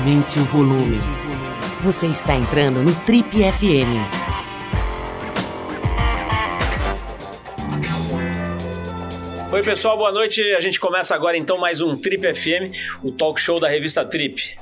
Aumente o volume. Você está entrando no Trip FM. Oi pessoal, boa noite. A gente começa agora então mais um Trip FM, o talk show da revista Trip.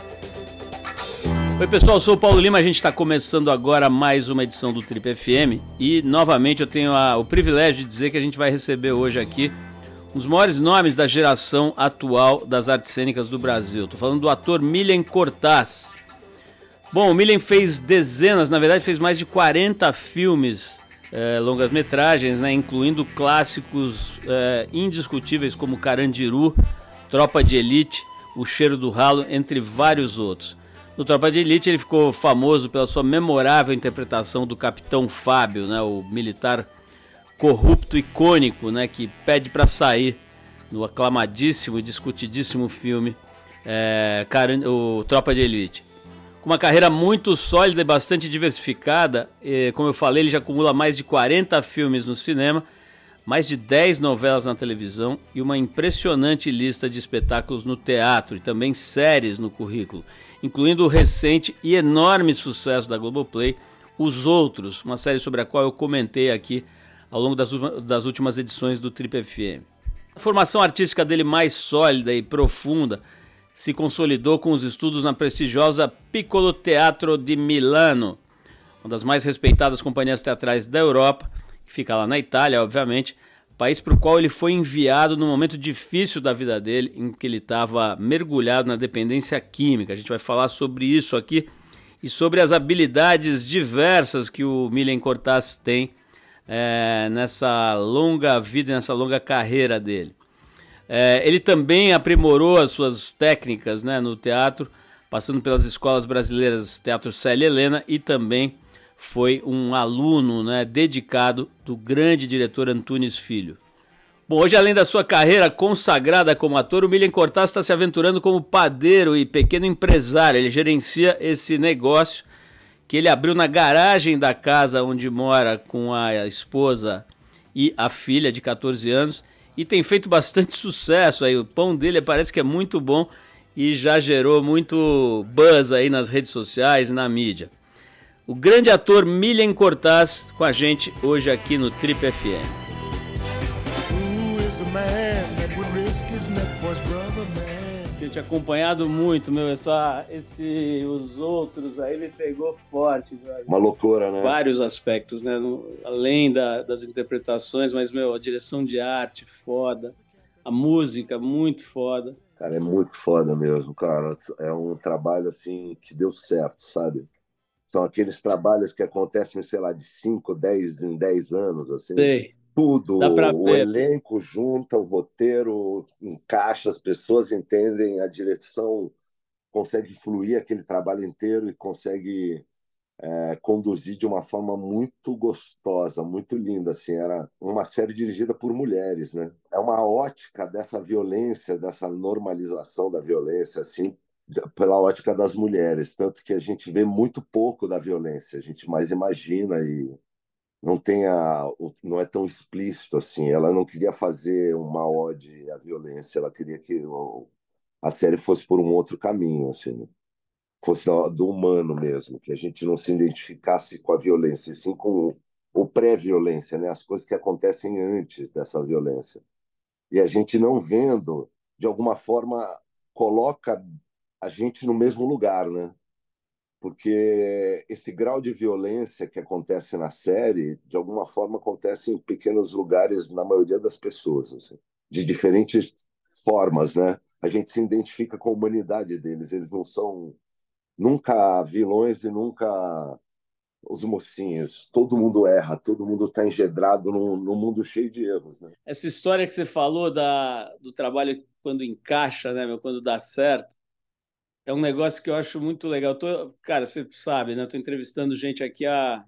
Oi pessoal, eu sou o Paulo Lima, a gente está começando agora mais uma edição do Trip FM e novamente eu tenho o privilégio de dizer que a gente vai receber hoje aqui um dos maiores nomes da geração atual das artes cênicas do Brasil. Estou falando do ator Milen Cortaz. Bom, o Milen fez dezenas, na verdade fez mais de 40 filmes, longas-metragens, né, incluindo clássicos indiscutíveis como Carandiru, Tropa de Elite, O Cheiro do Ralo, entre vários outros. No Tropa de Elite ele ficou famoso pela sua memorável interpretação do Capitão Fábio, né, o militar corrupto icônico, né, que pede para sair no aclamadíssimo e discutidíssimo filme o Tropa de Elite. Com uma carreira muito sólida e bastante diversificada, como eu falei, ele já acumula mais de 40 filmes no cinema, mais de 10 novelas na televisão e uma impressionante lista de espetáculos no teatro e também séries no currículo, incluindo o recente e enorme sucesso da Globoplay, Os Outros, uma série sobre a qual eu comentei aqui ao longo das últimas edições do Trip FM. A formação artística dele mais sólida e profunda se consolidou com os estudos na prestigiosa Piccolo Teatro di Milano, uma das mais respeitadas companhias teatrais da Europa, que fica lá na Itália, obviamente, país para o qual ele foi enviado num momento difícil da vida dele, em que ele estava mergulhado na dependência química. A gente vai falar sobre isso aqui e sobre as habilidades diversas que o Milen Cortaz tem nessa longa vida e nessa longa carreira dele. Ele também aprimorou as suas técnicas, né, no teatro, passando pelas escolas brasileiras Teatro Célia Helena e também foi um aluno, né, dedicado do grande diretor Antunes Filho. Bom, hoje além da sua carreira consagrada como ator, o Milen Cortaz está se aventurando como padeiro e pequeno empresário. Ele gerencia esse negócio que ele abriu na garagem da casa onde mora com a esposa e a filha de 14 anos e tem feito bastante sucesso aí. O pão dele parece que é muito bom e já gerou muito buzz aí nas redes sociais e na mídia. O grande ator Milen Cortaz com a gente hoje aqui no Trip FM. Tinha te acompanhado muito, meu, Os Outros aí me pegou forte. Sabe? Uma loucura, né? Vários aspectos, né? Além das interpretações, mas, meu, a direção de arte, foda. A música, muito foda. Cara, é muito foda mesmo, cara. É um trabalho, assim, que deu certo, sabe? São aqueles trabalhos que acontecem, sei lá, de 5, 10 em 10 anos, assim. Sei. Tudo, Dá pra o ver. elenco junta, o roteiro encaixa, as pessoas entendem, a direção consegue fluir aquele trabalho inteiro e consegue conduzir de uma forma muito gostosa, muito linda. Assim, era uma série dirigida por mulheres, né? É uma ótica dessa violência, dessa normalização da violência, assim, pela ótica das mulheres, tanto que a gente vê muito pouco da violência, a gente mais imagina e não é tão explícito assim. Ela não queria fazer uma ode à violência, ela queria que a série fosse por um outro caminho, assim, fosse do humano mesmo, que a gente não se identificasse com a violência, e sim com o pré-violência, né? As coisas que acontecem antes dessa violência. E a gente não vendo, de alguma forma, coloca a gente no mesmo lugar, né? Porque esse grau de violência que acontece na série, de alguma forma, acontece em pequenos lugares na maioria das pessoas, assim, de diferentes formas, né? A gente se identifica com a humanidade deles, eles não são nunca vilões e nunca os mocinhos. Todo mundo erra, todo mundo está engedrado num mundo cheio de erros, né? Essa história que você falou do trabalho quando encaixa, né, meu, quando dá certo, é um negócio que eu acho muito legal. Cara, você sabe, né? Eu tô entrevistando gente aqui há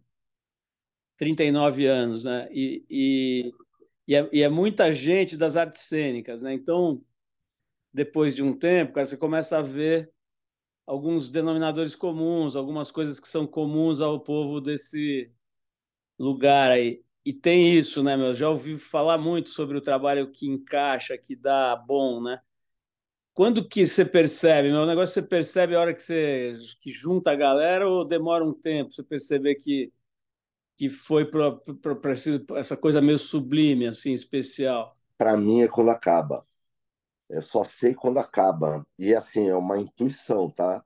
39 anos, né? E é muita gente das artes cênicas, né? Então, depois de um tempo, cara, você começa a ver alguns denominadores comuns, algumas coisas que são comuns ao povo desse lugar aí. E tem isso, né, meu? Já ouvi falar muito sobre o trabalho que encaixa, que dá bom, né? Quando que você percebe? Meu negócio você percebe a hora que você que junta a galera ou demora um tempo você perceber que foi para essa coisa meio sublime, assim, especial? Para mim é quando acaba. Eu só sei quando acaba. E assim, é uma intuição, tá?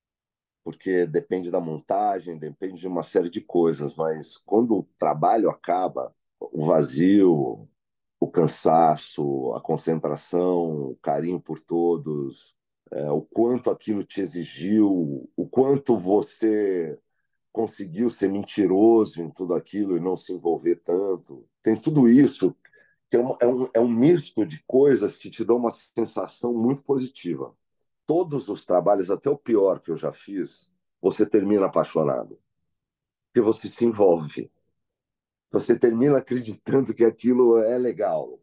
Porque depende da montagem, depende de uma série de coisas, mas quando o trabalho acaba, o vazio, o cansaço, a concentração, o carinho por todos, o quanto aquilo te exigiu, o quanto você conseguiu ser mentiroso em tudo aquilo e não se envolver tanto. Tem tudo isso, que é um misto de coisas que te dão uma sensação muito positiva. Todos os trabalhos, até o pior que eu já fiz, você termina apaixonado, porque você se envolve. Você termina acreditando que aquilo é legal.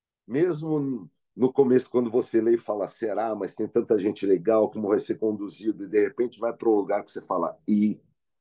Mesmo no começo, quando você lê e fala, será, mas tem tanta gente legal, como vai ser conduzido, e de repente vai para um lugar que você fala, e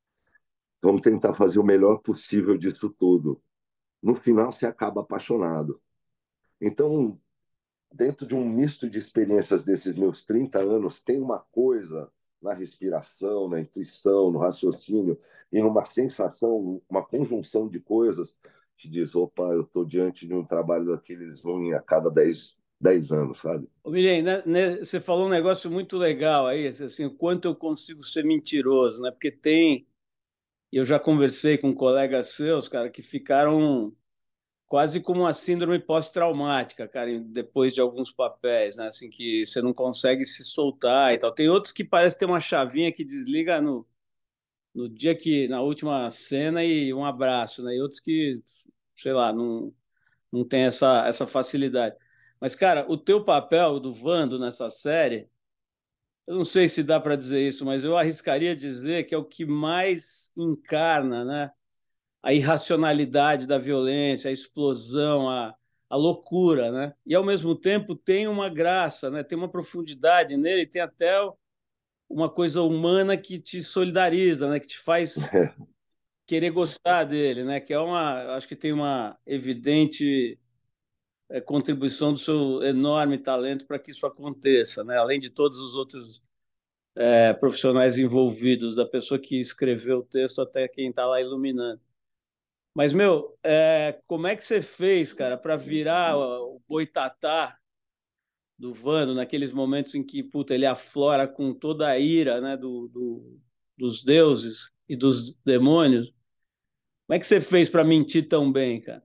vamos tentar fazer o melhor possível disso tudo. No final, você acaba apaixonado. Então, dentro de um misto de experiências desses meus 30 anos, tem uma coisa na respiração, na intuição, no raciocínio, e numa sensação, uma conjunção de coisas que diz, opa, eu estou diante de um trabalho daqueles um a cada 10 anos, sabe? Ô, Milen, você falou um negócio muito legal aí, assim, o quanto eu consigo ser mentiroso, né? Porque eu já conversei com colegas seus, cara, que ficaram quase como uma síndrome pós-traumática, cara, depois de alguns papéis, né? Assim, que você não consegue se soltar e tal. Tem outros que parece ter uma chavinha que desliga no dia que, na última cena e um abraço, né? E outros que, sei lá, não tem essa facilidade. Mas, cara, o teu papel do Vando nessa série, eu não sei se dá para dizer isso, mas eu arriscaria dizer que é o que mais encarna, né? A irracionalidade da violência, a explosão, a loucura, né? E ao mesmo tempo tem uma graça, né? Tem uma profundidade nele, tem até uma coisa humana que te solidariza, né? Que te faz querer gostar dele, né? Que é uma, acho que tem uma evidente contribuição do seu enorme talento para que isso aconteça, né? Além de todos os outros profissionais envolvidos, da pessoa que escreveu o texto até quem está lá iluminando. Mas, meu, como é que você fez, cara, para virar o boitatá do Vando naqueles momentos em que, puta, ele aflora com toda a ira, né, dos deuses e dos demônios? Como é que você fez para mentir tão bem, cara?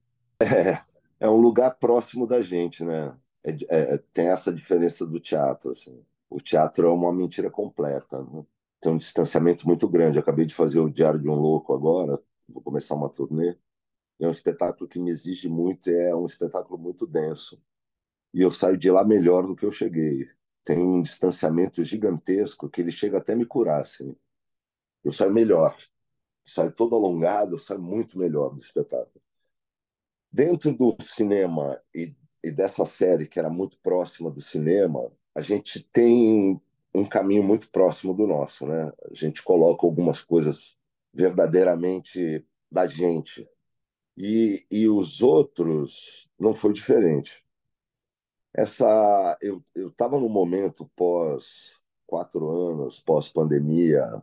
É um lugar próximo da gente, né? Tem essa diferença do teatro, assim. O teatro é uma mentira completa, né? Tem um distanciamento muito grande. Eu acabei de fazer o Diário de um Louco agora, vou começar uma turnê. É um espetáculo que me exige muito, é um espetáculo muito denso. E eu saio de lá melhor do que eu cheguei. Tem um distanciamento gigantesco que ele chega até me curar, assim. Eu saio melhor, saio todo alongado, eu saio muito melhor do espetáculo. Dentro do cinema e dessa série, que era muito próxima do cinema, a gente tem um caminho muito próximo do nosso, né? A gente coloca algumas coisas verdadeiramente da gente. E os outros não foi diferente. Eu estava num momento pós 4 anos, pós pandemia,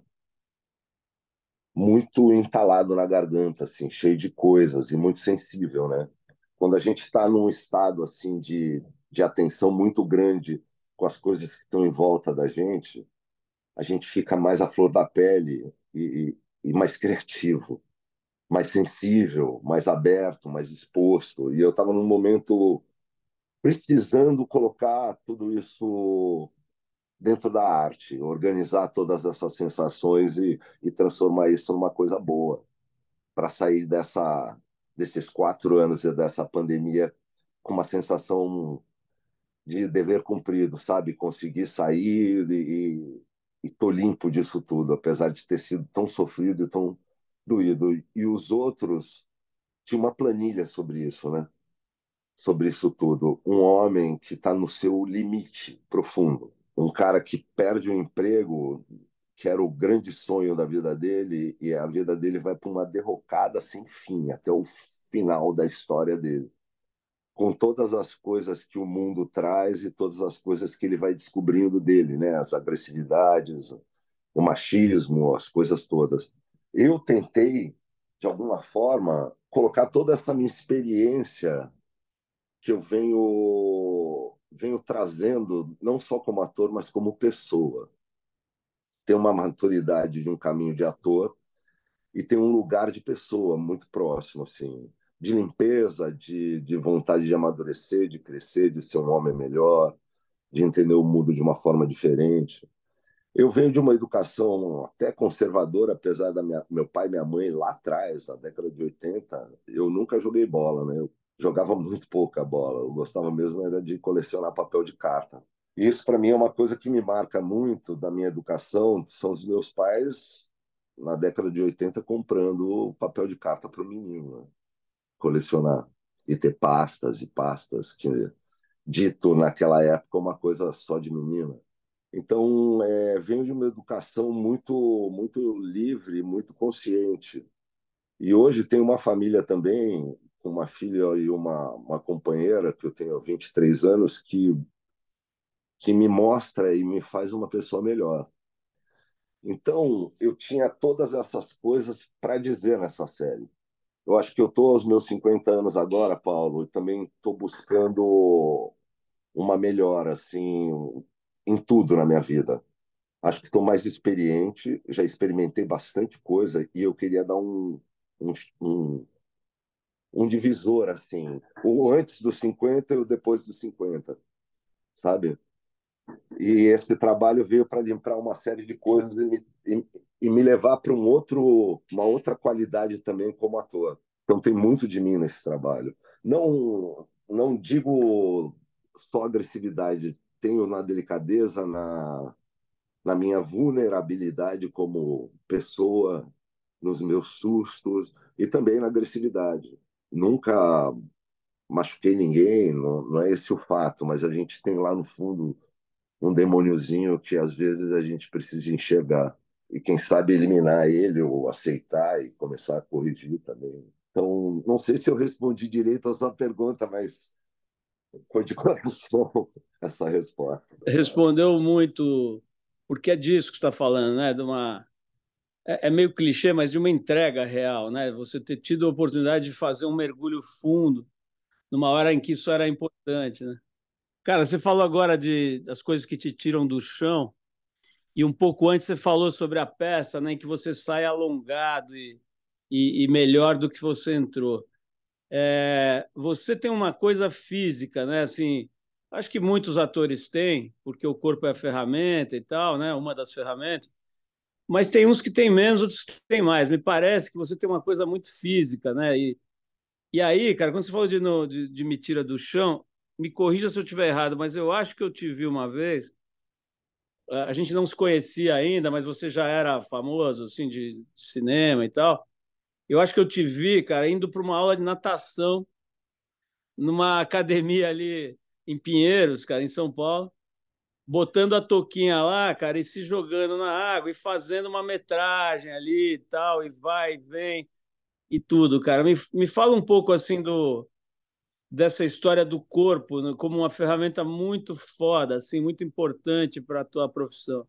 muito entalado na garganta, assim, cheio de coisas e muito sensível, né? Quando a gente está num estado assim de atenção muito grande com as coisas que estão em volta da gente, a gente fica mais à flor da pele e mais criativo, mais sensível, mais aberto, mais exposto. E eu estava num momento precisando colocar tudo isso dentro da arte, organizar todas essas sensações e transformar isso numa coisa boa para sair desses 4 anos e dessa pandemia com uma sensação de dever cumprido, sabe? Conseguir sair e tô limpo disso tudo, apesar de ter sido tão sofrido e tão doído. E os outros tinha uma planilha sobre isso, né? Sobre isso tudo. Um homem que está no seu limite profundo, um cara que perde o emprego, que era o grande sonho da vida dele, e a vida dele vai para uma derrocada sem fim, até o final da história dele. com todas as coisas que o mundo traz e todas as coisas que ele vai descobrindo dele, né? As agressividades, o machismo, as coisas todas. Eu tentei, de alguma forma, colocar toda essa minha experiência que eu venho trazendo, não só como ator, mas como pessoa. Ter uma maturidade de um caminho de ator e ter um lugar de pessoa muito próximo, assim, de limpeza, de vontade de amadurecer, de crescer, de ser um homem melhor, de entender o mundo de uma forma diferente. Eu venho de uma educação até conservadora, apesar da meu pai e minha mãe lá atrás, na década de 80, eu nunca joguei bola, né? Eu jogava muito pouca bola. Eu gostava mesmo era de colecionar papel de carta. E isso para mim é uma coisa que me marca muito da minha educação, são os meus pais na década de 80 comprando papel de carta para o menino, né? Colecionar e ter pastas e pastas que dito naquela época uma coisa só de menina. Então, venho de uma educação muito livre, muito consciente. E hoje tenho uma família também, com uma filha e uma companheira, que eu tenho há 23 anos, que me mostra e me faz uma pessoa melhor. Então, eu tinha todas essas coisas para dizer nessa série. Eu acho que eu estou aos meus 50 anos agora, Paulo, e também estou buscando uma melhora assim, em tudo na minha vida. Acho que estou mais experiente, já experimentei bastante coisa e eu queria dar um, um, um divisor, assim, o antes dos 50 e o depois dos 50, sabe? E esse trabalho veio para limpar uma série de coisas e me levar para uma outra qualidade também como ator. Então tem muito de mim nesse trabalho. Não digo só agressividade, tenho na delicadeza, na minha vulnerabilidade como pessoa, nos meus sustos e também na agressividade. Nunca machuquei ninguém, não é esse o fato, mas a gente tem lá no fundo um demôniozinho que às vezes a gente precisa enxergar. E quem sabe eliminar ele ou aceitar e começar a corrigir também. Então, não sei se eu respondi direito a sua pergunta, mas foi de coração essa resposta. Respondeu muito, porque é disso que você está falando, né? É meio clichê, mas de uma entrega real, né? Você ter tido a oportunidade de fazer um mergulho fundo numa hora em que isso era importante, né? Cara, você falou agora das coisas que te tiram do chão, e um pouco antes você falou sobre a peça, né, em que você sai alongado e melhor do que você entrou. Você tem uma coisa física, né? Assim, acho que muitos atores têm, porque o corpo é a ferramenta e tal, né? Uma das ferramentas. Mas tem uns que têm menos, outros que têm mais. Me parece que você tem uma coisa muito física, né? E aí, cara, quando você falou de me tira do chão, me corrija se eu estiver errado, mas eu acho que eu te vi uma vez. A gente não se conhecia ainda, mas você já era famoso, assim, de cinema e tal. Eu acho que eu te vi, cara, indo para uma aula de natação numa academia ali em Pinheiros, cara, em São Paulo, botando a touquinha lá, cara, e se jogando na água e fazendo uma metragem ali e tal, e vai e vem e tudo, cara. Me fala um pouco assim dessa história do corpo, né, como uma ferramenta muito foda, assim, muito importante para a tua profissão.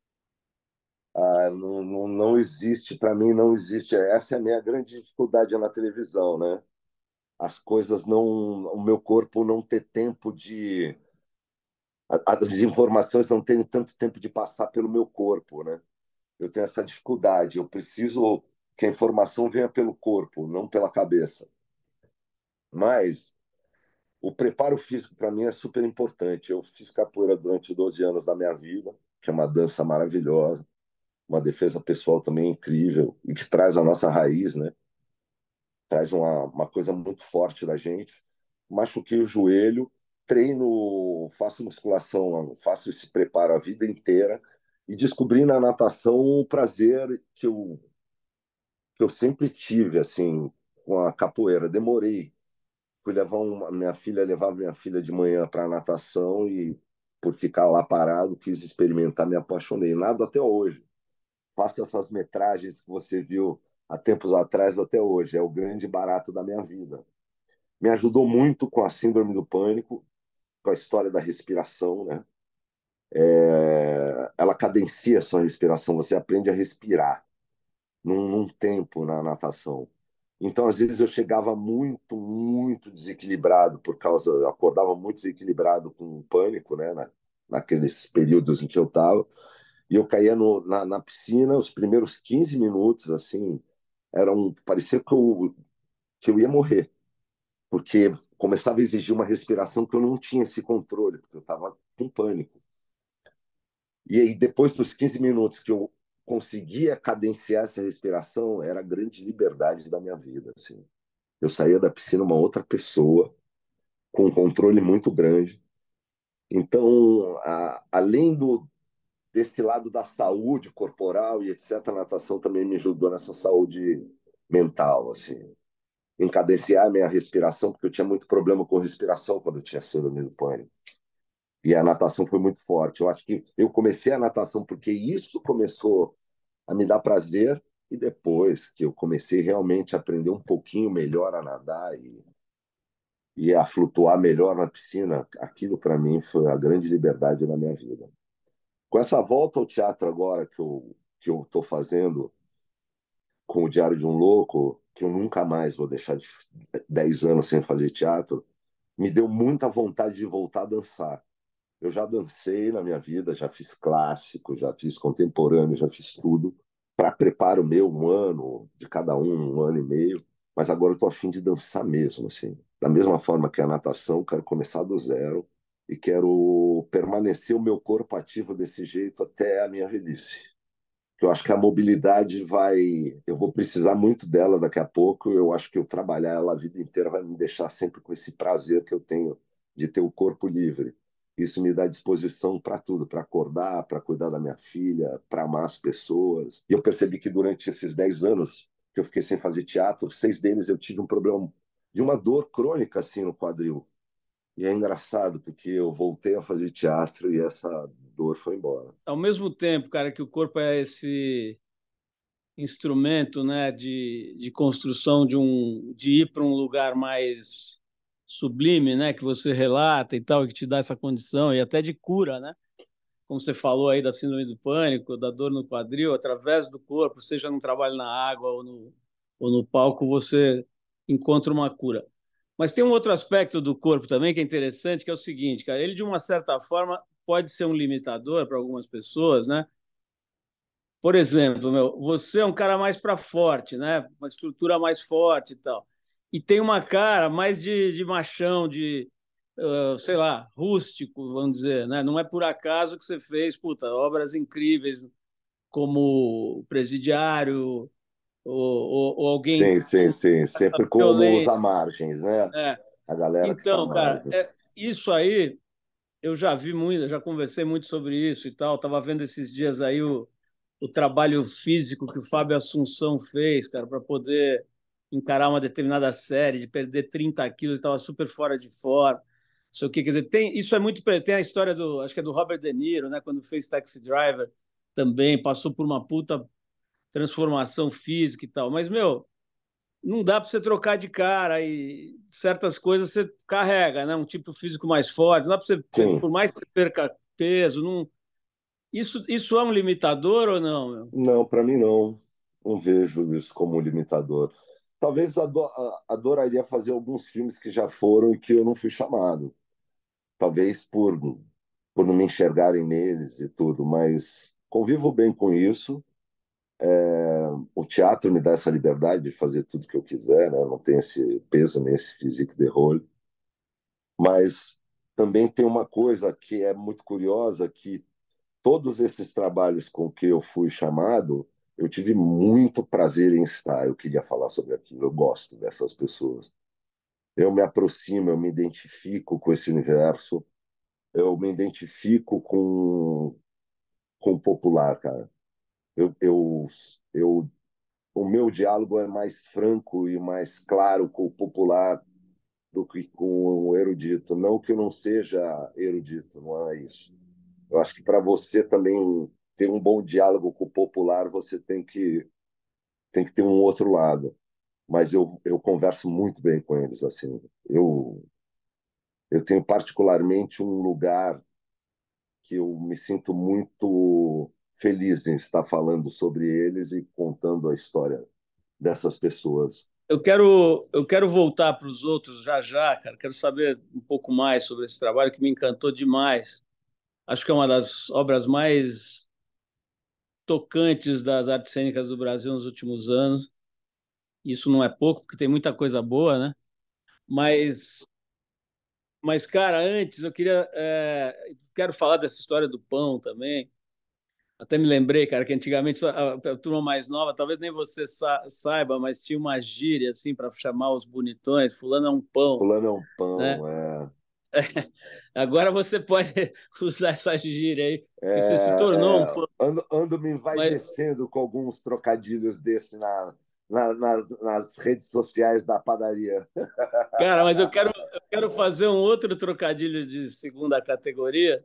Não existe, para mim, não existe. Essa é a minha grande dificuldade na televisão, né? As coisas não. O meu corpo não ter tempo de. As informações não terem tanto tempo de passar pelo meu corpo, né? Eu tenho essa dificuldade. Eu preciso que a informação venha pelo corpo, não pela cabeça. Mas o preparo físico para mim é super importante. Eu fiz capoeira durante 12 anos da minha vida, que é uma dança maravilhosa, uma defesa pessoal também incrível e que traz a nossa raiz, né? Traz uma coisa muito forte da gente. Machuquei o joelho, treino, faço musculação, faço esse preparo a vida inteira e descobri na natação o prazer que eu sempre tive, assim, com a capoeira. Demorei. Fui levar minha filha, levava minha filha de manhã para natação e por ficar lá parado, quis experimentar, me apaixonei. Nada até hoje. Faço essas metragens que você viu há tempos atrás até hoje. É o grande barato da minha vida. Me ajudou muito com a síndrome do pânico, com a história da respiração, né? Ela cadencia a sua respiração, você aprende a respirar num tempo na natação. Então, às vezes, eu chegava muito desequilibrado por causa, eu acordava muito desequilibrado com pânico, né? Naqueles períodos em que eu estava, e eu caía na piscina, os primeiros 15 minutos, assim, parecia que eu ia morrer, porque começava a exigir uma respiração que eu não tinha esse controle, porque eu estava com pânico. E aí, depois dos 15 minutos que eu conseguia cadenciar essa respiração, era a grande liberdade da minha vida, assim. Eu saía da piscina uma outra pessoa, com um controle muito grande. Então, além desse lado da saúde corporal e etc., a natação também me ajudou nessa saúde mental, assim. Em cadenciar a minha respiração, porque eu tinha muito problema com respiração quando eu tinha síndrome do pânico. E a natação foi muito forte. Eu acho que eu comecei a natação porque isso começou a me dar prazer, e depois que eu comecei realmente a aprender um pouquinho melhor a nadar e a flutuar melhor na piscina, aquilo para mim foi a grande liberdade da minha vida. Com essa volta ao teatro agora que eu estou fazendo com o Diário de um Louco, que eu nunca mais vou deixar de 10 anos sem fazer teatro, me deu muita vontade de voltar a dançar. Eu já dancei na minha vida, já fiz clássico, já fiz contemporâneo, já fiz tudo para preparo meu, um ano de cada um ano e meio. Mas agora eu tô a fim de dançar mesmo, assim. Da mesma forma que a natação, quero começar do zero e quero permanecer o meu corpo ativo desse jeito até a minha velhice. Eu acho que a mobilidade eu vou precisar muito dela daqui a pouco. Eu acho que eu trabalhar ela a vida inteira vai me deixar sempre com esse prazer que eu tenho de ter o corpo livre. Isso me dá disposição para tudo, para acordar, para cuidar da minha filha, para amar as pessoas. E eu percebi que durante esses 10 anos que eu fiquei sem fazer teatro, 6 deles eu tive um problema de uma dor crônica assim no quadril. E é engraçado porque eu voltei a fazer teatro e essa dor foi embora. Ao mesmo tempo, cara, que o corpo é esse instrumento, né, de construção de ir para um lugar mais sublime, né, que você relata e tal, que te dá essa condição e até de cura, né? Como você falou aí da síndrome do pânico, da dor no quadril, através do corpo, seja no trabalho na água ou no palco, você encontra uma cura. Mas tem um outro aspecto do corpo também que é interessante, que é o seguinte, cara, ele de uma certa forma pode ser um limitador para algumas pessoas, né? Por exemplo, meu, você é um cara mais para forte, né? Uma estrutura mais forte e tal. E tem uma cara mais de machão, sei lá, rústico, vamos dizer, né? Não é por acaso que você fez, puta, obras incríveis como Presidiário ou alguém Sim, sim, sim. essa Sempre como os violência. à margens, né? É. A galera que está à Então, cara, margem. isso aí eu já vi muito, já conversei muito sobre isso e tal. Tava vendo esses dias aí o trabalho físico que o Fábio Assunção fez, cara, para poder encarar uma determinada série, de perder 30 quilos, estava super fora de forma. Não sei o que, quer dizer, isso é muito. Tem a história acho que é do Robert De Niro, né, quando fez Taxi Driver, também passou por uma puta transformação física e tal. Mas, meu, não dá para você trocar de cara e certas coisas você carrega, né? Um tipo físico mais forte, não dá para você, Sim. por mais que você perca peso, não. Isso é um limitador ou não, meu? Não, para mim não. Não vejo isso como um limitador. Talvez adoraria fazer alguns filmes que já foram e que eu não fui chamado. Talvez por não me enxergarem neles e tudo, mas convivo bem com isso. O teatro me dá essa liberdade de fazer tudo que eu quiser, né? Não tem esse peso nem esse físico de rolo. Mas também tem uma coisa que é muito curiosa, que todos esses trabalhos com que eu fui chamado, eu tive muito prazer em estar. Eu queria falar sobre aquilo. Eu gosto dessas pessoas. Eu me aproximo, eu me identifico com esse universo. Eu me identifico com o popular, cara. Eu, eu, o meu diálogo é mais franco e mais claro com o popular do que com o erudito. Não que eu não seja erudito, não é isso. Eu acho que para você também ter um bom diálogo com o popular, você tem que ter um outro lado. mas eu converso muito bem com eles, assim. Eu tenho particularmente um lugar que eu me sinto muito feliz em estar falando sobre eles e contando a história dessas pessoas. Eu quero voltar para os outros já já, cara. Quero saber um pouco mais sobre esse trabalho que me encantou demais. Acho que é uma das obras mais tocantes das artes cênicas do Brasil nos últimos anos. Isso não é pouco, porque tem muita coisa boa, né? Mas, mas cara, antes eu quero falar dessa história do pão também. Até me lembrei, cara, que antigamente a turma mais nova, talvez nem você saiba, mas tinha uma gíria assim para chamar os bonitões. Fulano é um pão, Fulano é um né? pão, é. Agora você pode usar essa gíria aí, porque você se tornou um É, pão. ando me Mas, envaidecendo com alguns trocadilhos desse nas redes sociais da padaria. cara, eu quero fazer um outro trocadilho de segunda categoria,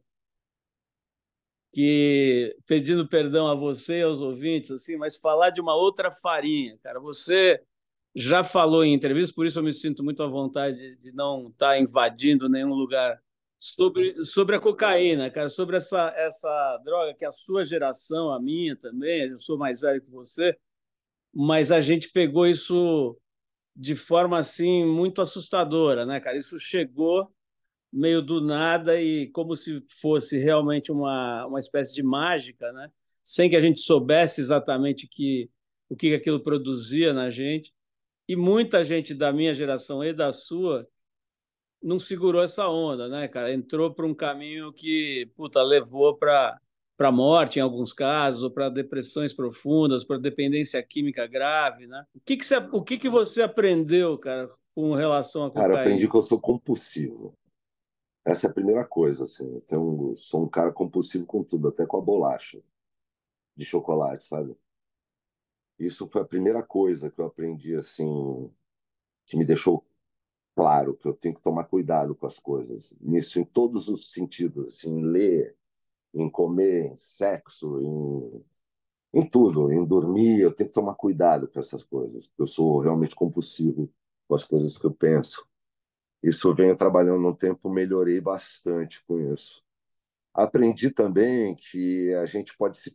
que pedindo perdão a você e aos ouvintes, assim, mas falar de uma outra farinha, cara. Você já falou em entrevista, por isso eu me sinto muito à vontade de não estar invadindo nenhum lugar sobre a cocaína, cara, sobre essa droga que a sua geração, a minha também, eu sou mais velho que você, mas a gente pegou isso de forma assim muito assustadora, né, cara? Isso chegou meio do nada e como se fosse realmente uma espécie de mágica, né? Sem que a gente soubesse exatamente o que aquilo produzia na gente. E muita gente da minha geração e da sua não segurou essa onda, né, cara? Entrou para um caminho que, puta, levou para morte em alguns casos, ou para depressões profundas, para dependência química grave, né? O que que você aprendeu, cara, com relação à Cara, aprendi cocaína? que eu sou compulsivo. Essa é a primeira coisa, assim. Sou um cara compulsivo com tudo, até com a bolacha de chocolate, sabe? Isso foi a primeira coisa que eu aprendi, assim, que me deixou claro que eu tenho que tomar cuidado com as coisas. Nisso, em todos os sentidos, assim, em ler, em comer, em sexo, em tudo, em dormir, eu tenho que tomar cuidado com essas coisas, porque eu sou realmente compulsivo com as coisas que eu penso. Isso eu venho trabalhando um tempo, melhorei bastante com isso. Aprendi também que a gente pode se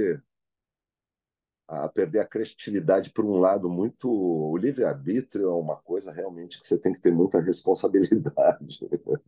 perder a criatividade por um lado muito. O livre-arbítrio é uma coisa realmente que você tem que ter muita responsabilidade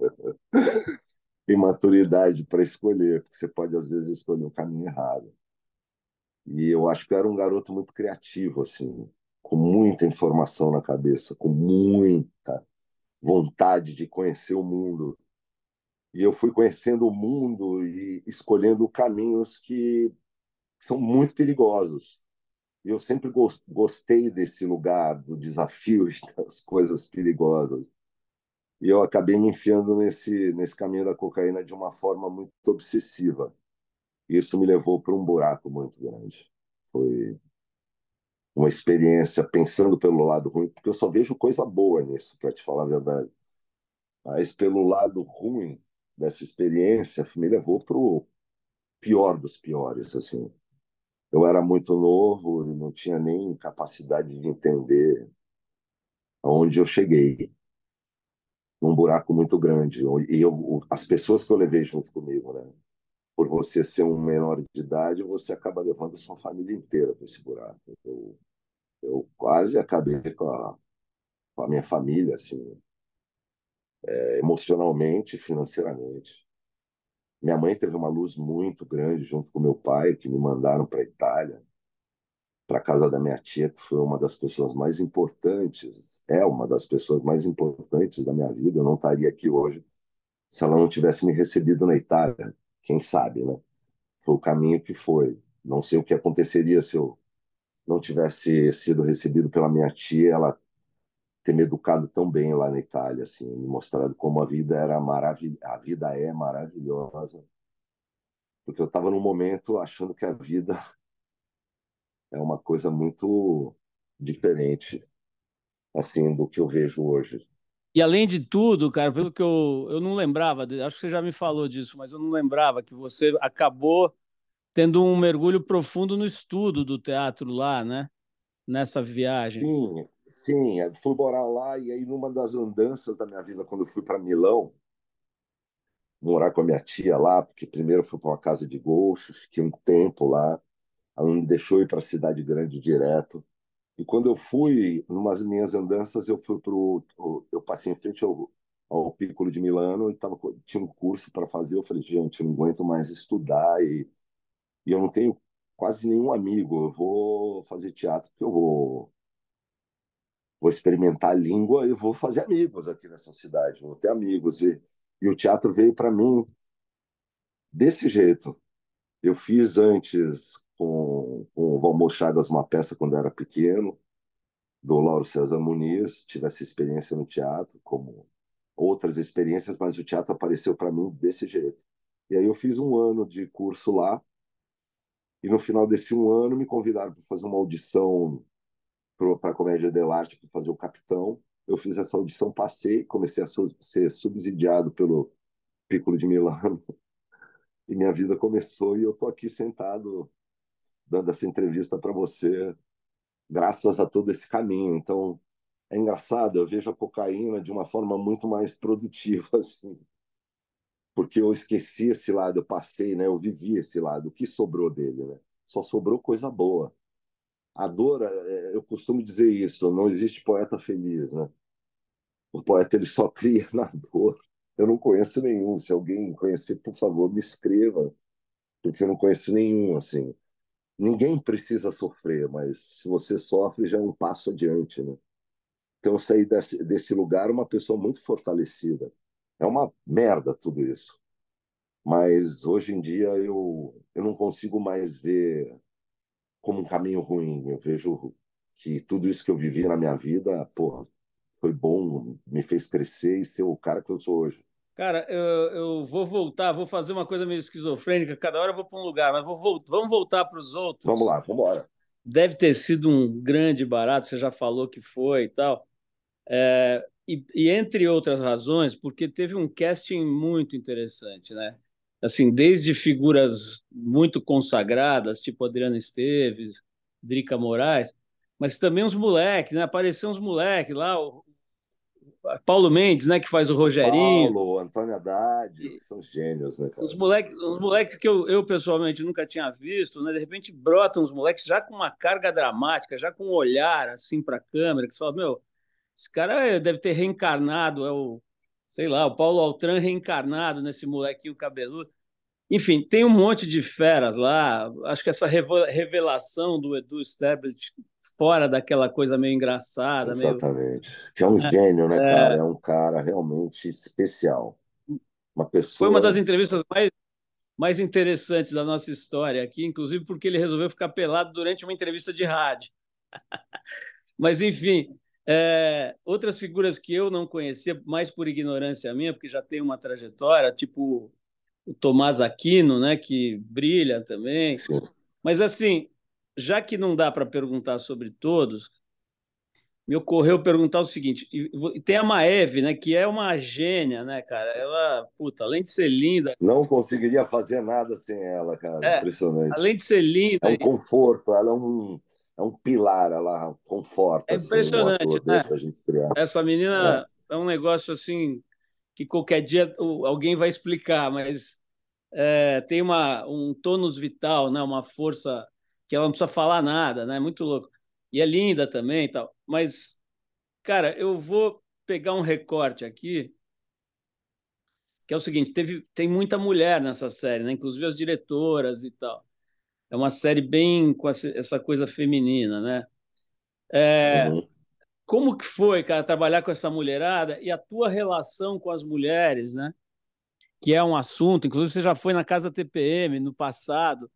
e maturidade para escolher, porque você pode às vezes escolher o caminho errado. E eu acho que eu era um garoto muito criativo, assim, com muita informação na cabeça, com muita vontade de conhecer o mundo. E eu fui conhecendo o mundo e escolhendo caminhos que são muito perigosos. E eu sempre gostei desse lugar, do desafio e das coisas perigosas. E eu acabei me enfiando nesse caminho da cocaína de uma forma muito obsessiva. E isso me levou para um buraco muito grande. Foi uma experiência pensando pelo lado ruim, porque eu só vejo coisa boa nisso, para te falar a verdade. Mas pelo lado ruim dessa experiência, me levou para o pior dos piores, assim. Eu era muito novo e não tinha nem capacidade de entender aonde eu cheguei, num buraco muito grande. E as pessoas que eu levei junto comigo, né? Por você ser um menor de idade, você acaba levando a sua família inteira para esse buraco. Eu quase acabei com a minha família, assim, emocionalmente e financeiramente. Minha mãe teve uma luz muito grande junto com meu pai, que me mandaram para a Itália, para a casa da minha tia, que foi uma das pessoas mais importantes, é uma das pessoas mais importantes da minha vida. Eu não estaria aqui hoje se ela não tivesse me recebido na Itália. Quem sabe, né? Foi o caminho que foi. Não sei o que aconteceria se eu não tivesse sido recebido pela minha tia, ela ter me educado tão bem lá na Itália, assim, me mostrado como a vida é maravilhosa, porque eu estava num momento achando que a vida é uma coisa muito diferente, assim, do que eu vejo hoje. E além de tudo, cara, pelo que eu não lembrava, acho que você já me falou disso, mas eu não lembrava que você acabou tendo um mergulho profundo no estudo do teatro lá, né? nessa viagem? Sim, sim. Eu fui morar lá e aí numa das andanças da minha vida, quando eu fui para Milão, morar com a minha tia lá, porque primeiro eu fui para uma casa de golfe, fiquei um tempo lá, ela não me deixou ir para a cidade grande direto. E quando eu fui, numas minhas andanças, eu passei em frente ao Piccolo de Milano e tinha um curso para fazer. Eu falei, gente, eu não aguento mais estudar e eu não tenho quase nenhum amigo. Eu vou fazer teatro porque vou experimentar a língua e vou fazer amigos aqui nessa cidade, vou ter amigos. E o teatro veio para mim desse jeito. Eu fiz antes com o Valmor Chagas uma peça quando eu era pequeno, do Lauro César Muniz, tive essa experiência no teatro, como outras experiências, mas o teatro apareceu para mim desse jeito. E aí eu fiz um ano de curso lá, e no final desse um ano me convidaram para fazer uma audição para a Comédia dell'Arte, para fazer o Capitão. Eu fiz essa audição, passei, comecei a ser subsidiado pelo Piccolo de Milano, e minha vida começou, e eu estou aqui sentado dando essa entrevista para você, graças a todo esse caminho. Então, é engraçado, eu vejo a cocaína de uma forma muito mais produtiva, assim, porque eu esqueci esse lado, eu passei, né? Eu vivi esse lado, o que sobrou dele, né? Só sobrou coisa boa. A dor, eu costumo dizer isso, não existe poeta feliz, né? O poeta ele só cria na dor. Eu não conheço nenhum. Se alguém conhecer, por favor, me escreva, porque eu não conheço nenhum, assim. Ninguém precisa sofrer, mas se você sofre, já é um passo adiante, né? Então, eu saí desse lugar uma pessoa muito fortalecida. É uma merda tudo isso. Mas hoje em dia eu não consigo mais ver como um caminho ruim. Eu vejo que tudo isso que eu vivi na minha vida, porra, foi bom, me fez crescer e ser o cara que eu sou hoje. Cara, eu vou voltar, vou fazer uma coisa meio esquizofrênica, cada hora eu vou para um lugar, mas vamos voltar para os Vamos outros. lá, vamos embora. Deve ter sido um grande barato, você já falou que foi e tal. E entre outras razões, porque teve um casting muito interessante, né? Assim, desde figuras muito consagradas, tipo Adriana Esteves, Drica Moraes, mas também uns moleques, né? Apareceram uns moleques lá, o Paulo Mendes, né, que faz o O Rogerinho, Paulo, o Antônio Haddad, que são gênios, né, cara? uns moleques que eu pessoalmente nunca tinha visto, né? De repente brotam uns moleques já com uma carga dramática, já com um olhar assim para a câmera, que você fala, meu, esse cara deve ter reencarnado, sei lá, o Paulo Altran reencarnado nesse molequinho cabeludo. Enfim, tem um monte de feras lá. Acho que essa revelação do Edu Sterblit fora daquela coisa meio engraçada, meio. Exatamente. Que é um gênio, né, cara? É, É um cara realmente especial. Uma foi uma das pessoa. entrevistas mais interessantes da nossa história aqui, inclusive porque ele resolveu ficar pelado durante uma entrevista de rádio. Mas, enfim, outras figuras que eu não conhecia, mais por ignorância minha, porque já tem uma trajetória, tipo o Tomás Aquino, né, que brilha também. Sim. Mas, assim, já que não dá para perguntar sobre todos, me ocorreu perguntar o seguinte: e tem a Maeve, né, que é uma gênia, né, cara? Ela, puta, além de ser linda, Não conseguiria fazer nada sem ela, cara. é, Impressionante. além de ser linda, É um conforto, ela é um pilar, ela é conforta assim, o impressionante, ator, né? deixa a gente criar. Essa É. menina é um negócio assim que qualquer dia alguém vai explicar, mas tem um tônus vital, né? Uma força que ela não precisa falar nada, né? Muito louco. E é linda também e tal. Mas, cara, eu vou pegar um recorte aqui, que é o seguinte: tem muita mulher nessa série, né? Inclusive as diretoras e tal. É uma série bem com essa coisa feminina, né? Uhum. Como que foi, cara, trabalhar com essa mulherada e a tua relação com as mulheres, né? Que é um assunto, inclusive você já foi na Casa TPM no passado,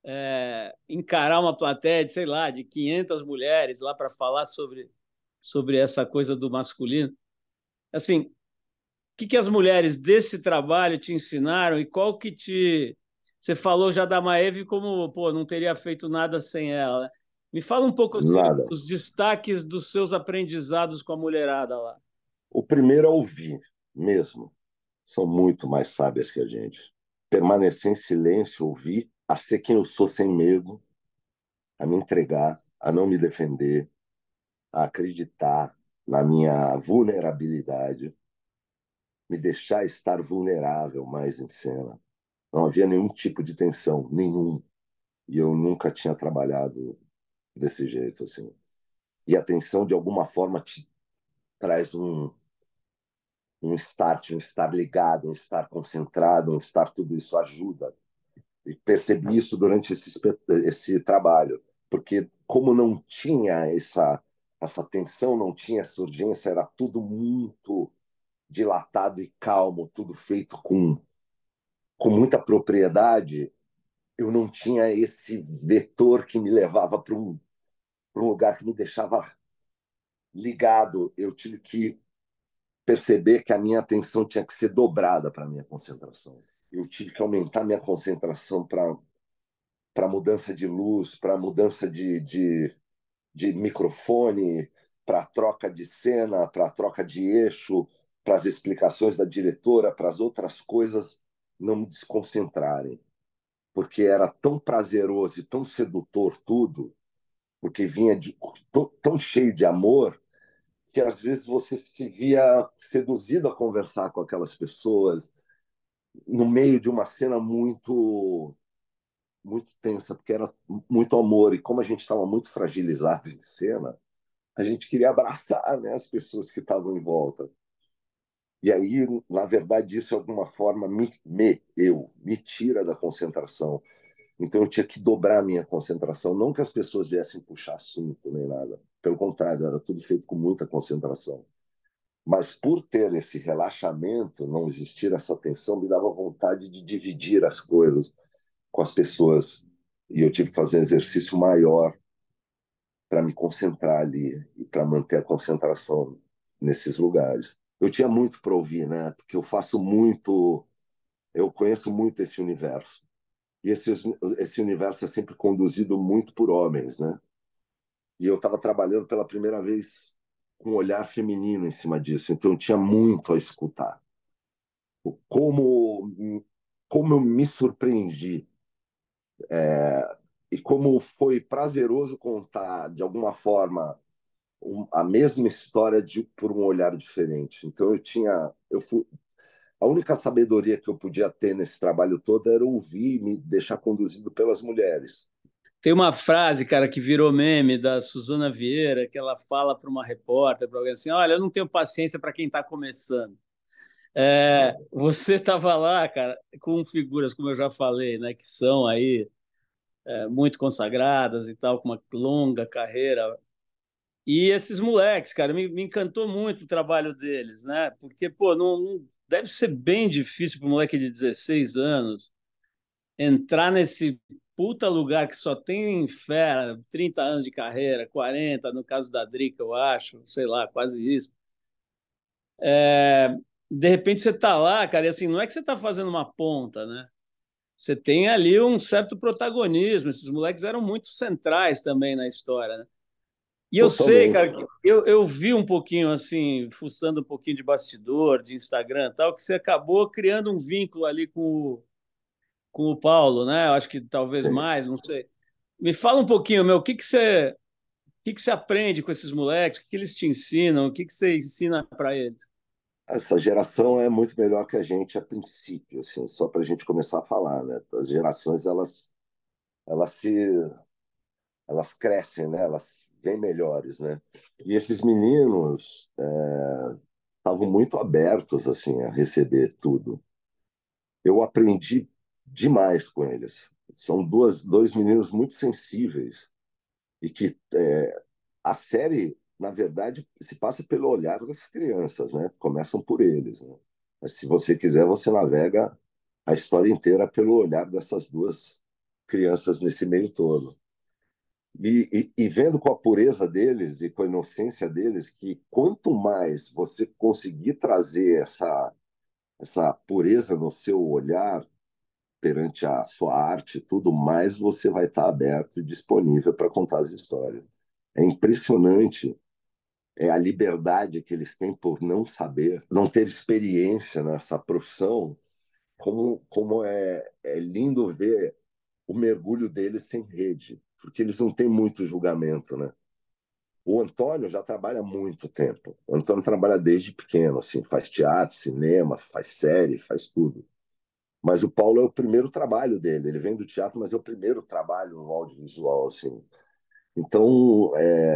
encarar uma plateia de, sei lá, de 500 mulheres lá para falar sobre essa coisa do masculino. Assim, o que as mulheres desse trabalho te ensinaram e qual que te... Você falou já da Maeve como, pô, não teria feito nada sem ela, né? Me fala um pouco assim, Nada. os destaques dos seus aprendizados com a mulherada lá. O primeiro é ouvir, mesmo. São muito mais sábias que a gente. Permanecer em silêncio, ouvir, a ser quem eu sou sem medo, a me entregar. a não me defender, a acreditar na minha vulnerabilidade, me deixar estar vulnerável mais em cena. Não havia nenhum tipo de tensão, nenhum. E eu nunca tinha trabalhado desse jeito, assim. E a tensão, de alguma forma, te traz um start, um estar ligado, um estar concentrado, um estar tudo isso ajuda. E percebi isso durante esse trabalho, porque como não tinha essa tensão, não tinha essa urgência, era tudo muito dilatado e calmo, tudo feito com muita propriedade, eu não tinha esse vetor que me levava para um lugar que me deixava ligado. Eu tive que perceber que a minha atenção tinha que ser dobrada para a minha concentração. Eu tive que aumentar minha concentração para mudança de luz, para mudança de microfone, para troca de cena, para troca de eixo, para as explicações da diretora, para as outras coisas não me desconcentrarem. Porque era tão prazeroso e tão sedutor tudo, porque vinha tão cheio de amor, que às vezes você se via seduzido a conversar com aquelas pessoas no meio de uma cena muito tensa, porque era muito amor. E como a gente estava muito fragilizado em cena, a gente queria abraçar, né, as pessoas que estavam em volta. E aí, na verdade, isso de alguma forma me tira da concentração. Então eu tinha que dobrar a minha concentração, não que as pessoas viessem puxar assunto nem nada. Pelo contrário, era tudo feito com muita concentração. Mas por ter esse relaxamento, não existir essa tensão, me dava vontade de dividir as coisas com as pessoas. E eu tive que fazer um exercício maior para me concentrar ali e para manter a concentração nesses lugares. Eu tinha muito para ouvir, né? Porque eu conheço muito esse universo. E esse universo é sempre conduzido muito por homens, né? E eu estava trabalhando pela primeira vez com um olhar feminino em cima disso, então eu tinha muito a escutar. Como, como eu me surpreendi e como foi prazeroso contar, de alguma forma, a mesma história por um olhar diferente. Então a única sabedoria que eu podia ter nesse trabalho todo era ouvir e me deixar conduzido pelas mulheres. Tem uma frase, cara, que virou meme da Suzana Vieira, que ela fala para uma repórter, para alguém assim: olha, eu não tenho paciência para quem está começando. Você estava lá, cara, com figuras, como eu já falei, né, que são aí muito consagradas e tal, com uma longa carreira. E esses moleques, cara, me encantou muito o trabalho deles, né? Porque, pô, não deve ser bem difícil para um moleque de 16 anos entrar nesse puta lugar que só tem fera, 30 anos de carreira, 40, no caso da Drica, eu acho, sei lá, quase isso. É, de repente você tá lá, cara, e assim, não é que você tá fazendo uma ponta, né? Você tem ali um certo protagonismo. Esses moleques eram muito centrais também na história, né? E eu sei, Totalmente. cara, que eu vi um pouquinho, assim, fuçando um pouquinho de bastidor, de Instagram e tal, que você acabou criando um vínculo ali com o Paulo, né? Eu acho que talvez Sim. mais, não sei. Me fala um pouquinho, meu, o que você aprende com esses moleques? O que eles te ensinam? O que você ensina para eles? Essa geração é muito melhor que a gente a princípio, assim, só para a gente começar a falar, né? As gerações elas se elas crescem, né? Elas vêm melhores, né? E esses meninos estavam muito abertos assim a receber tudo. Eu aprendi demais com eles. São dois meninos muito sensíveis e que a série, na verdade, se passa pelo olhar das crianças, né? Começam por eles, né? Mas se você quiser, você navega a história inteira pelo olhar dessas duas crianças nesse meio todo. E vendo com a pureza deles e com a inocência deles, que quanto mais você conseguir trazer essa pureza no seu olhar perante a sua arte, tudo mais você vai estar aberto e disponível para contar as histórias. É impressionante a liberdade que eles têm por não saber, não ter experiência nessa profissão, como é lindo ver o mergulho deles sem rede. porque eles não têm muito julgamento, né? O Antônio já trabalha há muito tempo. O Antônio trabalha desde pequeno, assim, faz teatro, cinema, faz série, faz tudo. Mas o Paulo é o primeiro trabalho dele. Ele vem do teatro, mas é o primeiro trabalho no audiovisual, assim. Então,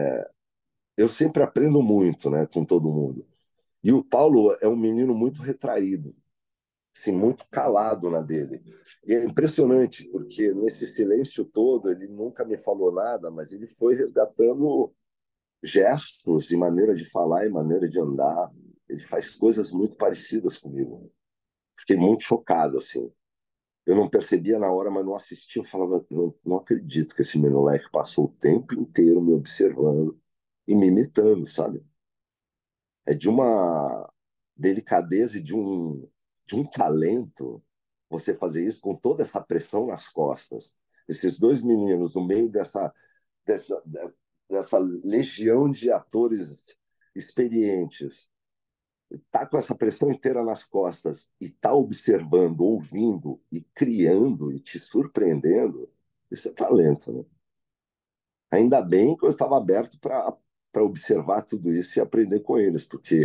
eu sempre aprendo muito, né, com todo mundo. E o Paulo é um menino muito retraído, assim, muito calado na dele. E é impressionante, porque nesse silêncio todo, ele nunca me falou nada, mas ele foi resgatando gestos e maneira de falar e maneira de andar. Ele faz coisas muito parecidas comigo. Fiquei muito chocado, assim. Eu não percebia na hora, mas não assistia. Eu falava, não acredito que esse moleque passou o tempo inteiro me observando e me imitando, sabe? É de uma delicadeza e de um talento você fazer isso com toda essa pressão nas costas. Esses dois meninos no meio dessa, dessa legião de atores experientes, tá com essa pressão inteira nas costas e tá observando, ouvindo e criando e te surpreendendo, isso é talento, né? Ainda bem que eu estava aberto para observar tudo isso e aprender com eles, porque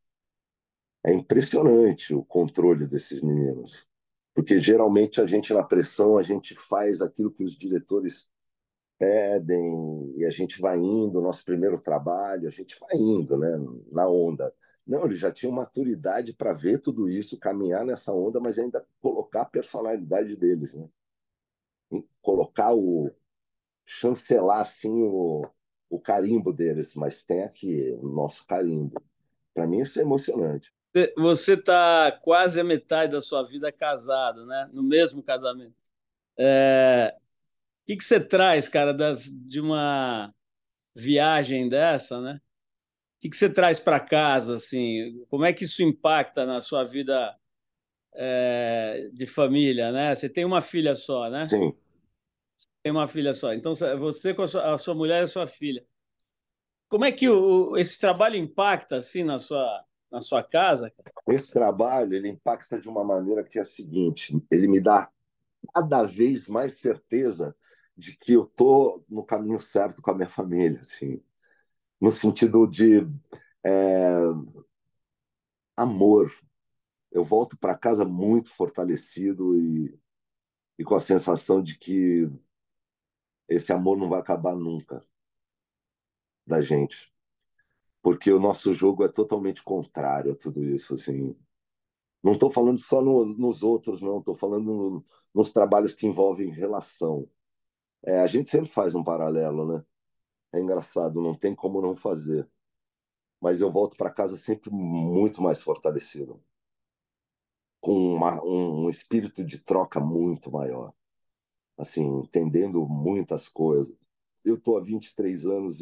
é impressionante o controle desses meninos. Porque geralmente a gente, na pressão, a gente faz aquilo que os diretores pedem e a gente vai indo, nosso primeiro trabalho, a gente vai indo, né, na onda. Não, eles já tinham maturidade para ver tudo isso, caminhar nessa onda, mas ainda colocar a personalidade deles, né? Colocar chancelar assim o carimbo deles, mas tem aqui o nosso carimbo. Para mim isso é emocionante. Você está quase a metade da sua vida casado, né? No mesmo casamento. O que que você traz, cara, de uma viagem dessa, né? O que que você traz para casa, assim? Como é que isso impacta na sua vida, de família, né? Você tem uma filha só, né? Sim, Tem uma filha só. Então, você com a sua mulher e a sua filha. Como é que esse trabalho impacta, assim, na sua casa, cara? esse trabalho ele impacta de uma maneira que é a seguinte, ele me dá cada vez mais certeza de que eu tô no caminho certo com a minha família, assim, no sentido de é, amor. Eu volto para casa muito fortalecido e com a sensação de que esse amor não vai acabar nunca da gente, porque o nosso jogo é totalmente contrário a tudo isso, assim. Não estou falando só nos outros, não. Estou falando nos trabalhos que envolvem relação. A gente sempre faz um paralelo, né? É engraçado, não tem como não fazer. Mas eu volto para casa sempre muito mais fortalecido, com um espírito de troca muito maior, assim, entendendo muitas coisas. Eu estou há 23 anos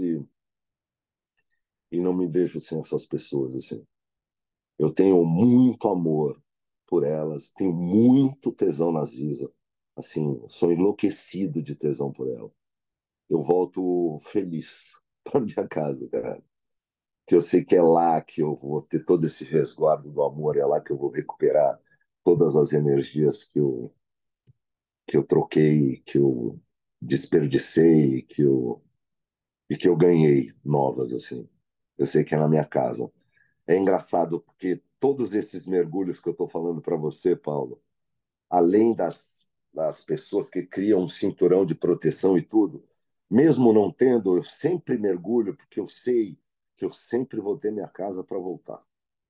e não me vejo sem essas pessoas, assim. Eu tenho muito amor por elas, tenho muito tesão na Ziza, assim, sou enlouquecido de tesão por ela. Eu volto feliz para minha casa, cara. Que eu sei que é lá que eu vou ter todo esse resguardo do amor, é lá que eu vou recuperar todas as energias que eu troquei, que eu desperdicei, e que eu ganhei novas, assim. Eu sei que é na minha casa. É engraçado porque todos esses mergulhos que eu estou falando para você, Paulo, além das pessoas que criam um cinturão de proteção e tudo, mesmo não tendo, eu sempre mergulho porque eu sei que eu sempre vou ter minha casa para voltar.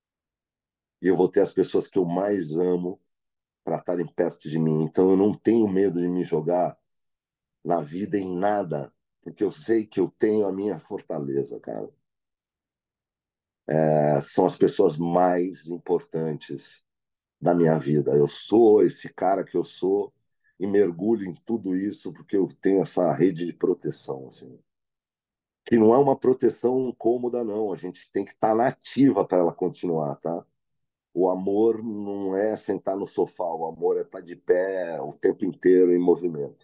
E eu vou ter as pessoas que eu mais amo para estarem perto de mim. Então eu não tenho medo de me jogar na vida em nada, porque eu sei que eu tenho a minha fortaleza, cara. São as pessoas mais importantes da minha vida. Eu sou esse cara que eu sou e mergulho em tudo isso porque eu tenho essa rede de proteção, assim. Que não é uma proteção cômoda, não. A gente tem que estar nativa para ela continuar, tá? O amor não é sentar no sofá, o amor é estar de pé o tempo inteiro em movimento.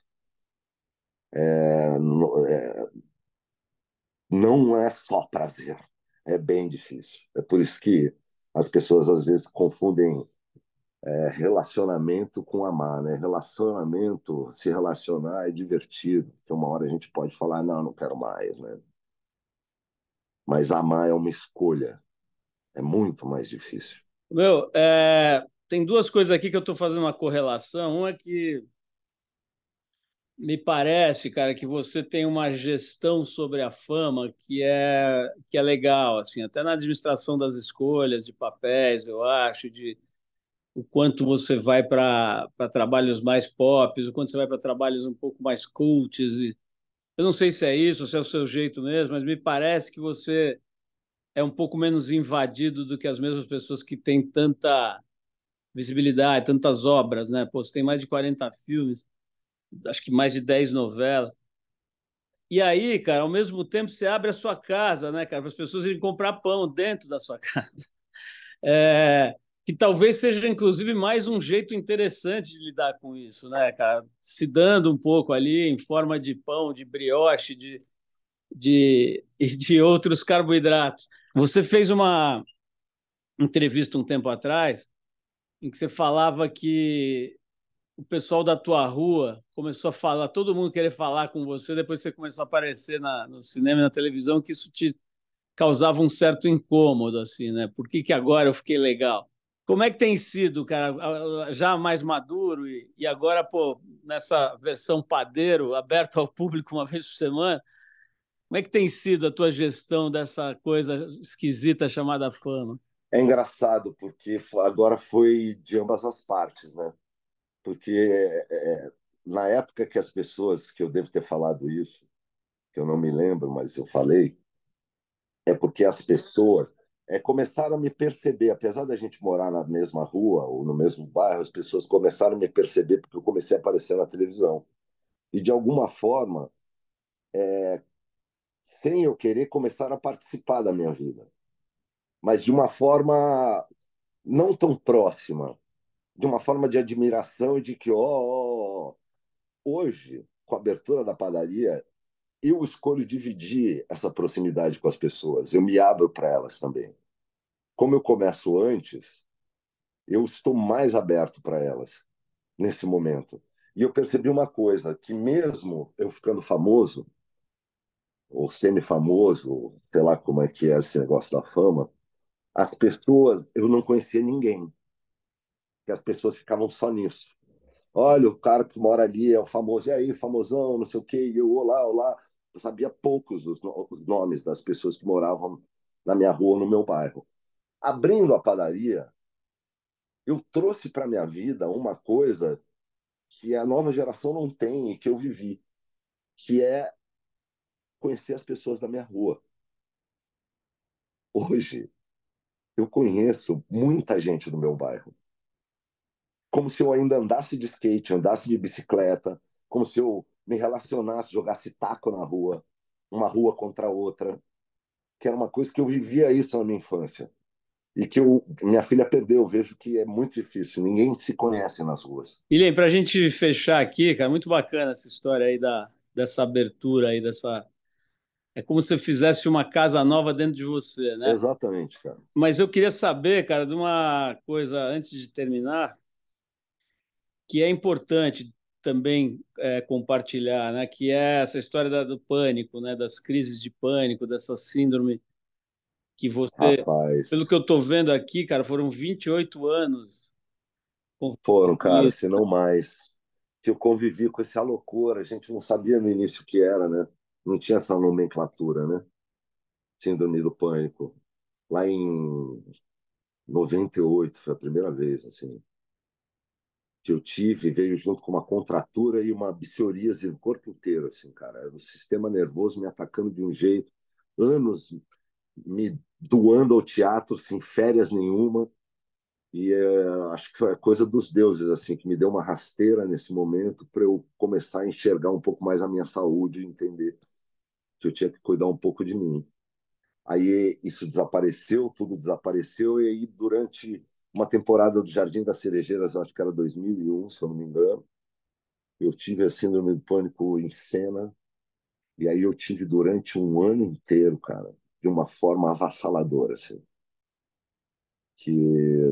Não é só prazer, é bem difícil. É por isso que as pessoas às vezes confundem É relacionamento com amar, né? Relacionamento, se relacionar é divertido, porque uma hora a gente pode falar, não, não quero mais, né? Mas amar é uma escolha, é muito mais difícil. Meu, tem duas coisas aqui que eu estou fazendo uma correlação. Uma é que me parece, cara, que você tem uma gestão sobre a fama que é legal, assim, até na administração das escolhas de papéis, eu acho, de o quanto você vai para trabalhos mais pop, o quanto você vai para trabalhos um pouco mais cults. Eu não sei se é isso, se é o seu jeito mesmo, mas me parece que você é um pouco menos invadido do que as mesmas pessoas que têm tanta visibilidade, tantas obras, né? Pô, você tem mais de 40 filmes, acho que mais de 10 novelas. E aí, cara, ao mesmo tempo você abre a sua casa, né, cara, para as pessoas irem comprar pão dentro da sua casa. É, que talvez seja, inclusive, mais um jeito interessante de lidar com isso, né, cara? Se dando um pouco ali em forma de pão, de brioche, de outros carboidratos. Você fez uma entrevista um tempo atrás em que você falava que o pessoal da tua rua começou a falar, todo mundo querer falar com você, depois você começou a aparecer no cinema e na televisão, que isso te causava um certo incômodo, assim, né? Por que agora eu fiquei legal? Como é que tem sido, cara, já mais maduro e agora, pô, nessa versão padeiro, aberto ao público uma vez por semana, como é que tem sido a tua gestão dessa coisa esquisita chamada fama? É engraçado, porque agora foi de ambas as partes, né? Porque na época que as pessoas, que eu devo ter falado isso, que eu não me lembro, mas eu falei, é porque as pessoas começaram a me perceber, apesar da gente morar na mesma rua ou no mesmo bairro, as pessoas começaram a me perceber porque eu comecei a aparecer na televisão. E de alguma forma, sem eu querer, começaram a participar da minha vida, mas de uma forma não tão próxima, de uma forma de admiração e de que, hoje, com a abertura da padaria, eu escolho dividir essa proximidade com as pessoas, eu me abro para elas também. Como eu começo antes, eu estou mais aberto para elas nesse momento. E eu percebi uma coisa, que mesmo eu ficando famoso, ou semi-famoso, sei lá como é que é esse negócio da fama, as pessoas, eu não conhecia ninguém, que as pessoas ficavam só nisso. Olha, o cara que mora ali é o famoso, e aí, famosão, não sei o quê, e eu, olá, olá. Eu sabia poucos os nomes das pessoas que moravam na minha rua, no meu bairro. Abrindo a padaria, eu trouxe para minha vida uma coisa que a nova geração não tem e que eu vivi, que é conhecer as pessoas da minha rua. Hoje, eu conheço muita gente do meu bairro, como se eu ainda andasse de skate, andasse de bicicleta, como se eu me relacionasse, jogasse taco na rua, uma rua contra outra, que era uma coisa que eu vivia isso na minha infância. E que minha filha perdeu, eu vejo que é muito difícil, ninguém se conhece nas ruas. Ilhem, para a gente fechar aqui, cara, muito bacana essa história aí dessa abertura aí, dessa. É como se você fizesse uma casa nova dentro de você, né? Exatamente, cara. Mas eu queria saber, cara, de uma coisa antes de terminar, que é importante também compartilhar, né? Que é essa história do pânico, né? Das crises de pânico, dessa síndrome que você, pelo que Rapaz, eu estou vendo aqui, cara, foram 28 anos convivendo foram, com cara, isso. se não mais, que eu convivi com essa loucura, a gente não sabia no início o que era, né? Não tinha essa nomenclatura, né? Síndrome do pânico. Lá em 98 foi a primeira vez, assim, que eu tive, veio junto com uma contratura e uma psoríase no corpo inteiro, assim, cara. O sistema nervoso me atacando de um jeito, anos me doando ao teatro sem férias nenhuma. E acho que foi a coisa dos deuses, assim, que me deu uma rasteira nesse momento para eu começar a enxergar um pouco mais a minha saúde e entender que eu tinha que cuidar um pouco de mim. Aí isso desapareceu, tudo desapareceu, e aí durante uma temporada do Jardim das Cerejeiras, acho que era 2001, se eu não me engano, eu tive a síndrome do pânico em cena, e aí eu tive durante um ano inteiro, cara, de uma forma avassaladora, assim, que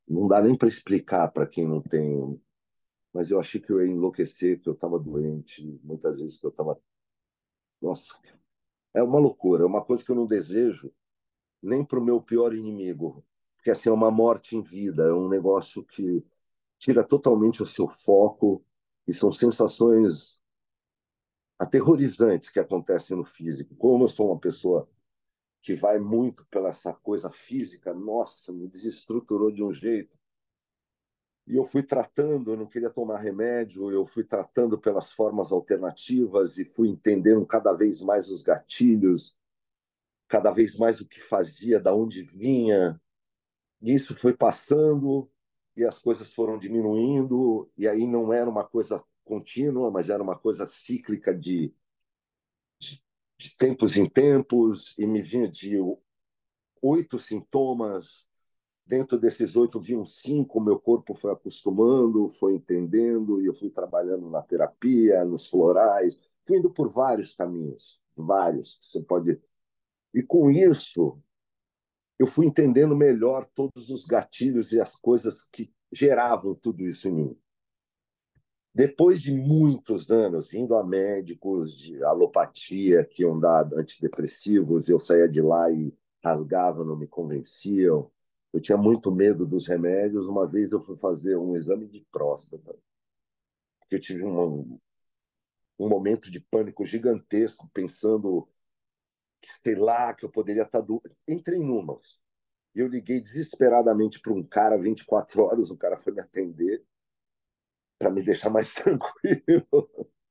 não dá nem para explicar para quem não tem, mas eu achei que eu ia enlouquecer, que eu estava doente, muitas vezes que eu estava. Nossa, é uma loucura, é uma coisa que eu não desejo nem para o meu pior inimigo, porque assim, é uma morte em vida, é um negócio que tira totalmente o seu foco e são sensações aterrorizantes que acontecem no físico. Como eu sou uma pessoa que vai muito pela essa coisa física, nossa, me desestruturou de um jeito. E eu fui tratando, eu não queria tomar remédio, eu fui tratando pelas formas alternativas e fui entendendo cada vez mais os gatilhos, cada vez mais o que fazia, da onde vinha. E isso foi passando e as coisas foram diminuindo, e aí não era uma coisa contínua, mas era uma coisa cíclica de, de tempos em tempos, e me vinha de 8 sintomas. Dentro desses 8, vinham 5, meu corpo foi acostumando, foi entendendo, e eu fui trabalhando na terapia, nos florais, fui indo por vários caminhos, vários, que você pode. E com isso, eu fui entendendo melhor todos os gatilhos e as coisas que geravam tudo isso em mim. Depois de muitos anos indo a médicos de alopatia que iam dar antidepressivos, eu saía de lá e rasgava, não me convenciam. Eu tinha muito medo dos remédios. Uma vez eu fui fazer um exame de próstata, porque eu tive um momento de pânico gigantesco, pensando que, sei lá, que eu poderia estar doente. Entrei numas. Eu liguei desesperadamente para um cara, 24 horas, o cara foi me atender para me deixar mais tranquilo.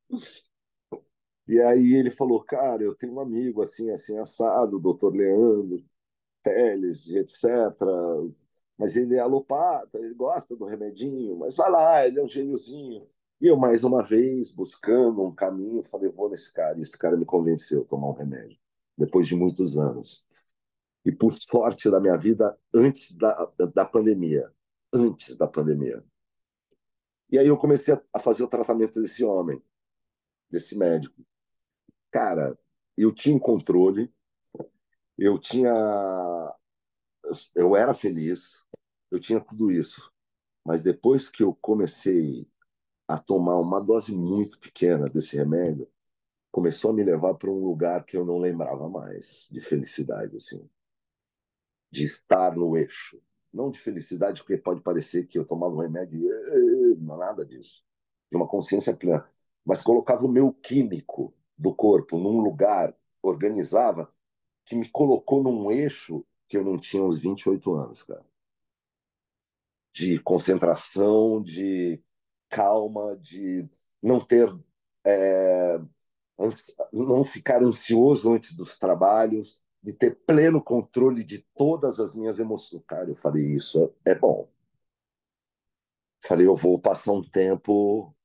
E aí ele falou, cara, eu tenho um amigo assim, assim, assado, o doutor Leandro Teles, etc. Mas ele é alopata, ele gosta do remedinho, mas vai lá, ele é um gêniozinho. E eu, mais uma vez, buscando um caminho, falei, vou nesse cara. E esse cara me convenceu a tomar um remédio, depois de muitos anos. E por sorte da minha vida, antes da pandemia. Antes da pandemia. E aí eu comecei a fazer o tratamento desse homem, desse médico. Cara, eu tinha controle, eu tinha, eu era feliz, eu tinha tudo isso. Mas depois que eu comecei a tomar uma dose muito pequena desse remédio, começou a me levar para um lugar que eu não lembrava mais de felicidade, assim, de estar no eixo. Não de felicidade, porque pode parecer que eu tomava um remédio e não é nada disso. De uma consciência plena. Mas colocava o meu químico do corpo num lugar, organizava, que me colocou num eixo que eu não tinha aos 28 anos, cara. De concentração, de calma, de não ter. É, não ficar ansioso antes dos trabalhos, de ter pleno controle de todas as minhas emoções. Cara, eu falei, isso é bom. Falei, eu vou passar um tempo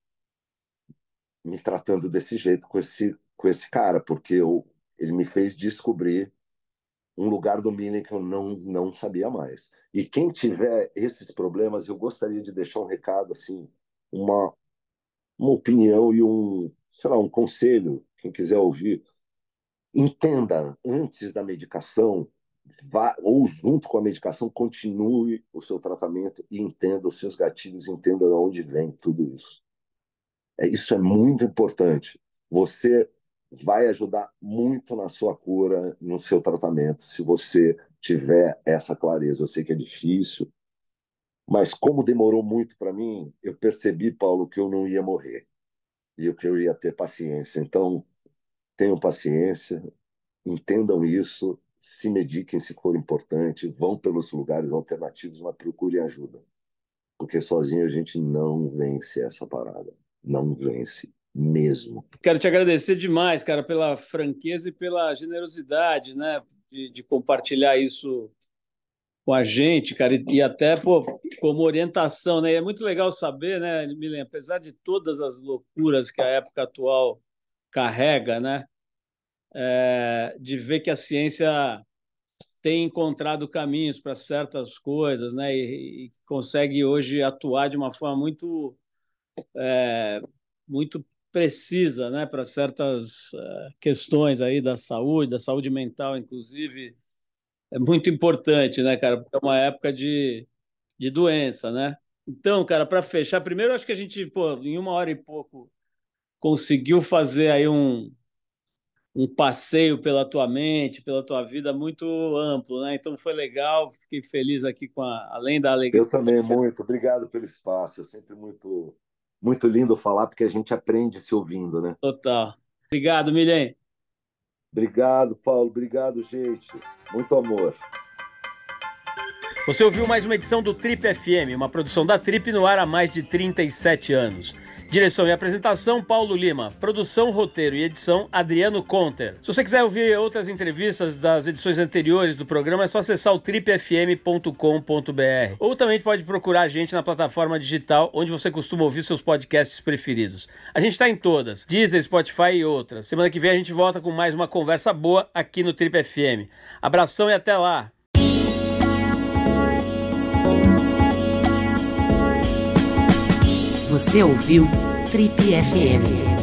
me tratando desse jeito com esse cara, porque ele me fez descobrir um lugar do Minen que eu não sabia mais. E quem tiver esses problemas, eu gostaria de deixar um recado, assim, uma opinião e sei lá, um conselho, quem quiser ouvir. Entenda antes da medicação, vá, ou junto com a medicação, continue o seu tratamento e entenda os seus gatilhos, entenda de onde vem tudo isso. Isso é muito importante. Você vai ajudar muito na sua cura, no seu tratamento, se você tiver essa clareza. Eu sei que é difícil, mas como demorou muito para mim, eu percebi, Paulo, que eu não ia morrer e que eu ia ter paciência. Então, tenham paciência, entendam isso, se mediquem se for importante, vão pelos lugares alternativos, mas procurem ajuda. Porque sozinho a gente não vence essa parada. Não vence mesmo. Quero te agradecer demais, cara, pela franqueza e pela generosidade, né, de compartilhar isso com a gente, cara, e até, pô, como orientação, né? E é muito legal saber, né, Milen, apesar de todas as loucuras que a época atual carrega, né, de ver que a ciência tem encontrado caminhos para certas coisas, né, e consegue hoje atuar de uma forma muito precisa, né, para certas questões aí da saúde mental, inclusive, é muito importante, né, cara, porque é uma época de de doença, né? Então, cara, para fechar, primeiro eu acho que a gente, pô, em 1 hora e pouco conseguiu fazer aí um passeio pela tua mente, pela tua vida muito amplo, né? Então foi legal, fiquei feliz aqui além da alegria. Eu também, muito. Obrigado pelo espaço. É sempre muito lindo falar, porque a gente aprende se ouvindo, né? Total. Obrigado, Milen. Obrigado, Paulo. Obrigado, gente. Muito amor. Você ouviu mais uma edição do Trip FM, uma produção da Trip no ar há mais de 37 anos. Direção e apresentação, Paulo Lima. Produção, roteiro e edição, Adriano Conter. Se você quiser ouvir outras entrevistas das edições anteriores do programa, é só acessar o tripfm.com.br. Ou também pode procurar a gente na plataforma digital onde você costuma ouvir seus podcasts preferidos. A gente está em todas, Deezer, Spotify e outras. Semana que vem a gente volta com mais uma conversa boa aqui no Trip FM. Abração e até lá! Você ouviu Trip FM.